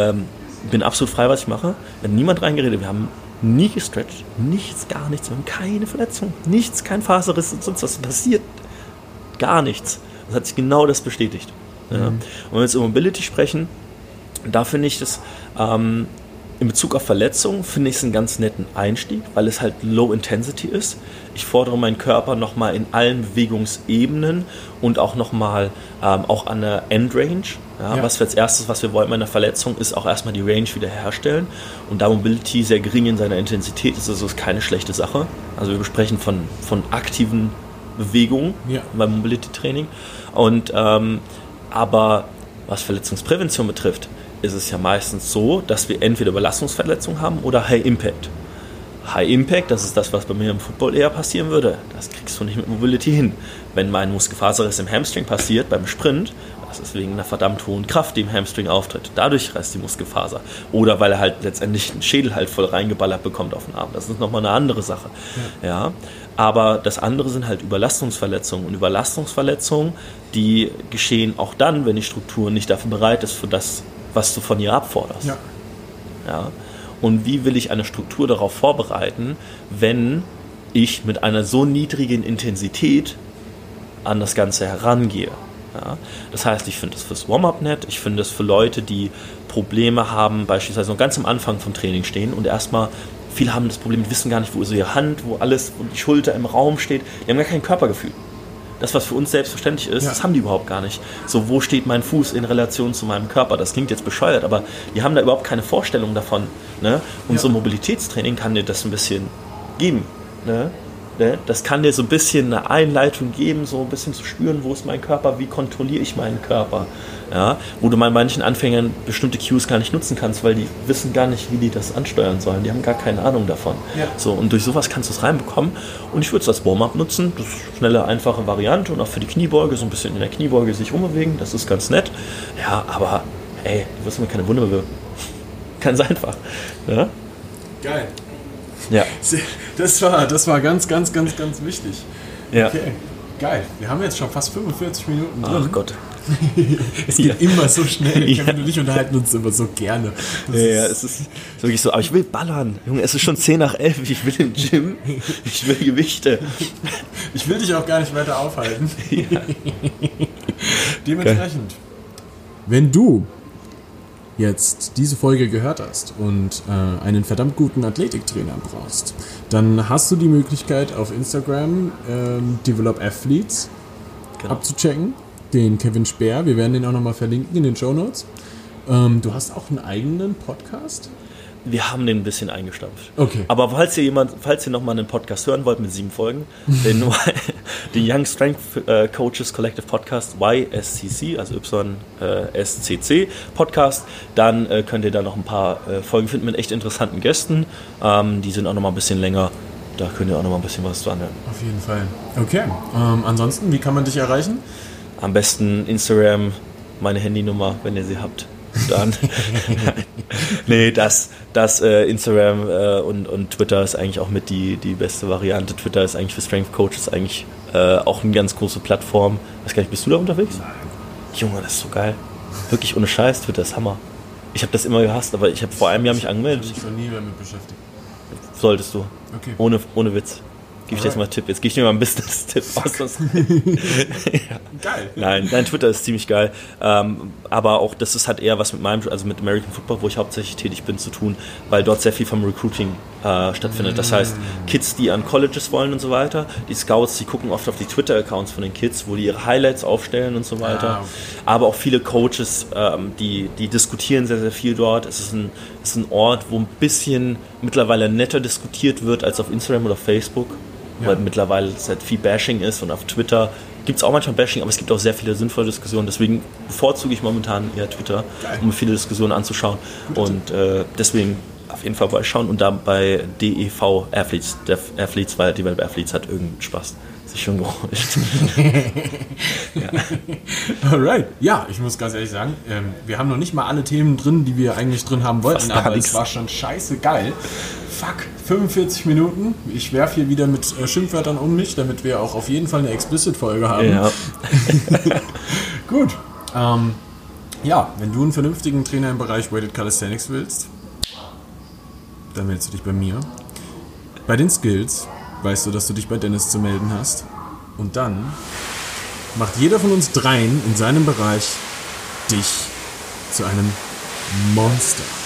bin absolut frei, was ich mache. Wir haben niemand reingeredet, wir haben nie gestretcht, nichts, gar nichts, wir haben keine Verletzung, nichts, kein Faserriss und sonst was passiert, gar nichts. Das hat sich genau das bestätigt. Ja. Und wenn wir jetzt über Mobility sprechen, da finde ich das, in Bezug auf Verletzungen, finde ich es einen ganz netten Einstieg, weil es halt Low Intensity ist. Ich fordere meinen Körper nochmal in allen Bewegungsebenen und auch nochmal auch an der Endrange. Ja. Was als erstes, was wir wollen bei einer Verletzung, ist auch erstmal die Range wiederherstellen. Und da Mobility sehr gering in seiner Intensität ist, also ist keine schlechte Sache. Also wir besprechen von aktiven Bewegungen beim Mobility-Training. Und aber was Verletzungsprävention betrifft, ist es ja meistens so, dass wir entweder Belastungsverletzungen haben oder High Impact. High Impact, das ist das, was bei mir im Football eher passieren würde. Das kriegst du nicht mit Mobility hin. Wenn mein Muskelfaserriss im Hamstring passiert beim Sprint, das ist wegen einer verdammt hohen Kraft, die im Hamstring auftritt. Dadurch reißt die Muskelfaser. Oder weil er halt letztendlich einen Schädel halt voll reingeballert bekommt auf den Arm. Das ist nochmal eine andere Sache. Ja. Aber das andere sind halt Überlastungsverletzungen. Und Überlastungsverletzungen, die geschehen auch dann, wenn die Struktur nicht dafür bereit ist, für das, was du von ihr abforderst. Ja. Und wie will ich eine Struktur darauf vorbereiten, wenn ich mit einer so niedrigen Intensität an das Ganze herangehe? Ja. Das heißt, ich finde es fürs Warm-up nett, ich finde es für Leute, die Probleme haben, beispielsweise noch ganz am Anfang vom Training stehen und erstmal, viele haben das Problem, die wissen gar nicht, wo ist ihre Hand, wo die Schulter im Raum steht, die haben gar kein Körpergefühl. Das, was für uns selbstverständlich ist, das haben die überhaupt gar nicht. So, wo steht mein Fuß in Relation zu meinem Körper? Das klingt jetzt bescheuert, aber die haben da überhaupt keine Vorstellung davon. Ne? Und so ein Mobilitätstraining kann dir das ein bisschen geben. Ne? Das kann dir so ein bisschen eine Einleitung geben, so ein bisschen zu spüren, wo ist mein Körper, wie kontrolliere ich meinen Körper. Ja? Wo du bei manchen Anfängern bestimmte Cues gar nicht nutzen kannst, weil die wissen gar nicht, wie die das ansteuern sollen. Die haben gar keine Ahnung davon. So, und durch sowas kannst du es reinbekommen. Und ich würde es als Warm-up nutzen. Das ist eine schnelle, einfache Variante. Und auch für die Kniebeuge, so ein bisschen in der Kniebeuge sich rumbewegen. Das ist ganz nett. Ja, aber ey, du wirst mir keine Wunde bewirken. Ganz einfach. Ja? Geil. Ja. Das war ganz, ganz, ganz, ganz wichtig. Ja. Okay, geil. Wir haben jetzt schon fast 45 Minuten drin. Ach Gott. Es geht immer so schnell. Kevin und ich unterhalten uns immer so gerne. Es ist wirklich so. Aber ich will ballern. Junge, es ist schon 10:11. Ich will im Gym. Ich will Gewichte. Ich will dich auch gar nicht weiter aufhalten. Ja. Dementsprechend, wenn du jetzt diese Folge gehört hast und einen verdammt guten Athletiktrainer brauchst, dann hast du die Möglichkeit auf Instagram Develop Athletes abzuchecken. Den Kevin Speer, wir werden den auch nochmal verlinken in den Shownotes. Du hast auch einen eigenen Podcast? Wir haben den ein bisschen eingestampft. Okay. Aber falls ihr nochmal einen Podcast hören wollt mit 7 Folgen, den Young Strength Coaches Collective Podcast, YSCC, also YSCC Podcast, dann könnt ihr da noch ein paar Folgen finden mit echt interessanten Gästen. Die sind auch nochmal ein bisschen länger. Da könnt ihr auch nochmal ein bisschen was zu anhören. Auf jeden Fall. Okay. Ansonsten, wie kann man dich erreichen? Am besten Instagram, meine Handynummer, wenn ihr sie habt. Dann. Nee, Instagram und Twitter ist eigentlich auch mit die beste Variante. Twitter ist eigentlich für Strength Coaches eigentlich auch eine ganz große Plattform. Weiß gar nicht, bist du da unterwegs? Nein. Junge, das ist so geil. Wirklich ohne Scheiß, Twitter ist Hammer. Ich habe das immer gehasst, aber ich habe vor einem Jahr mich angemeldet. Ich habe mich noch nie damit beschäftigt. Solltest du. Okay. Ohne Witz. Gib ich dir jetzt mal einen Tipp. Jetzt gebe ich dir mal einen Business-Tipp aus. Ja. Geil. Nein, Twitter ist ziemlich geil. Aber auch das hat eher was mit mit American Football, wo ich hauptsächlich tätig bin, zu tun, weil dort sehr viel vom Recruiting stattfindet. Das heißt, Kids, die an Colleges wollen und so weiter, die Scouts, die gucken oft auf die Twitter-Accounts von den Kids, wo die ihre Highlights aufstellen und so weiter. Okay. Aber auch viele Coaches, die diskutieren sehr, sehr viel dort. Es ist ein Ort, wo ein bisschen mittlerweile netter diskutiert wird als auf Instagram oder Facebook. Ja. Weil mittlerweile es halt viel Bashing ist und auf Twitter gibt es auch manchmal Bashing, aber es gibt auch sehr viele sinnvolle Diskussionen. Deswegen bevorzuge ich momentan eher Twitter, um mir viele Diskussionen anzuschauen. Und deswegen auf jeden Fall vorbeischauen und da bei DEV Athletes, Athletes, weil Develop Athletes hat irgendeinen Spaß. Sich schon geräuscht. Ja. Alright. Ja, ich muss ganz ehrlich sagen, wir haben noch nicht mal alle Themen drin, die wir eigentlich drin haben wollten, aber es war schon scheiße geil. Fuck, 45 Minuten. Ich werfe hier wieder mit Schimpfwörtern um mich, damit wir auch auf jeden Fall eine Explicit-Folge haben. Ja. Gut. Ja, wenn du einen vernünftigen Trainer im Bereich Weighted Calisthenics willst, dann meldest du dich bei mir. Bei den Skills weißt du, dass du dich bei Dennis zu melden hast. Und dann macht jeder von uns dreien in seinem Bereich dich zu einem Monster.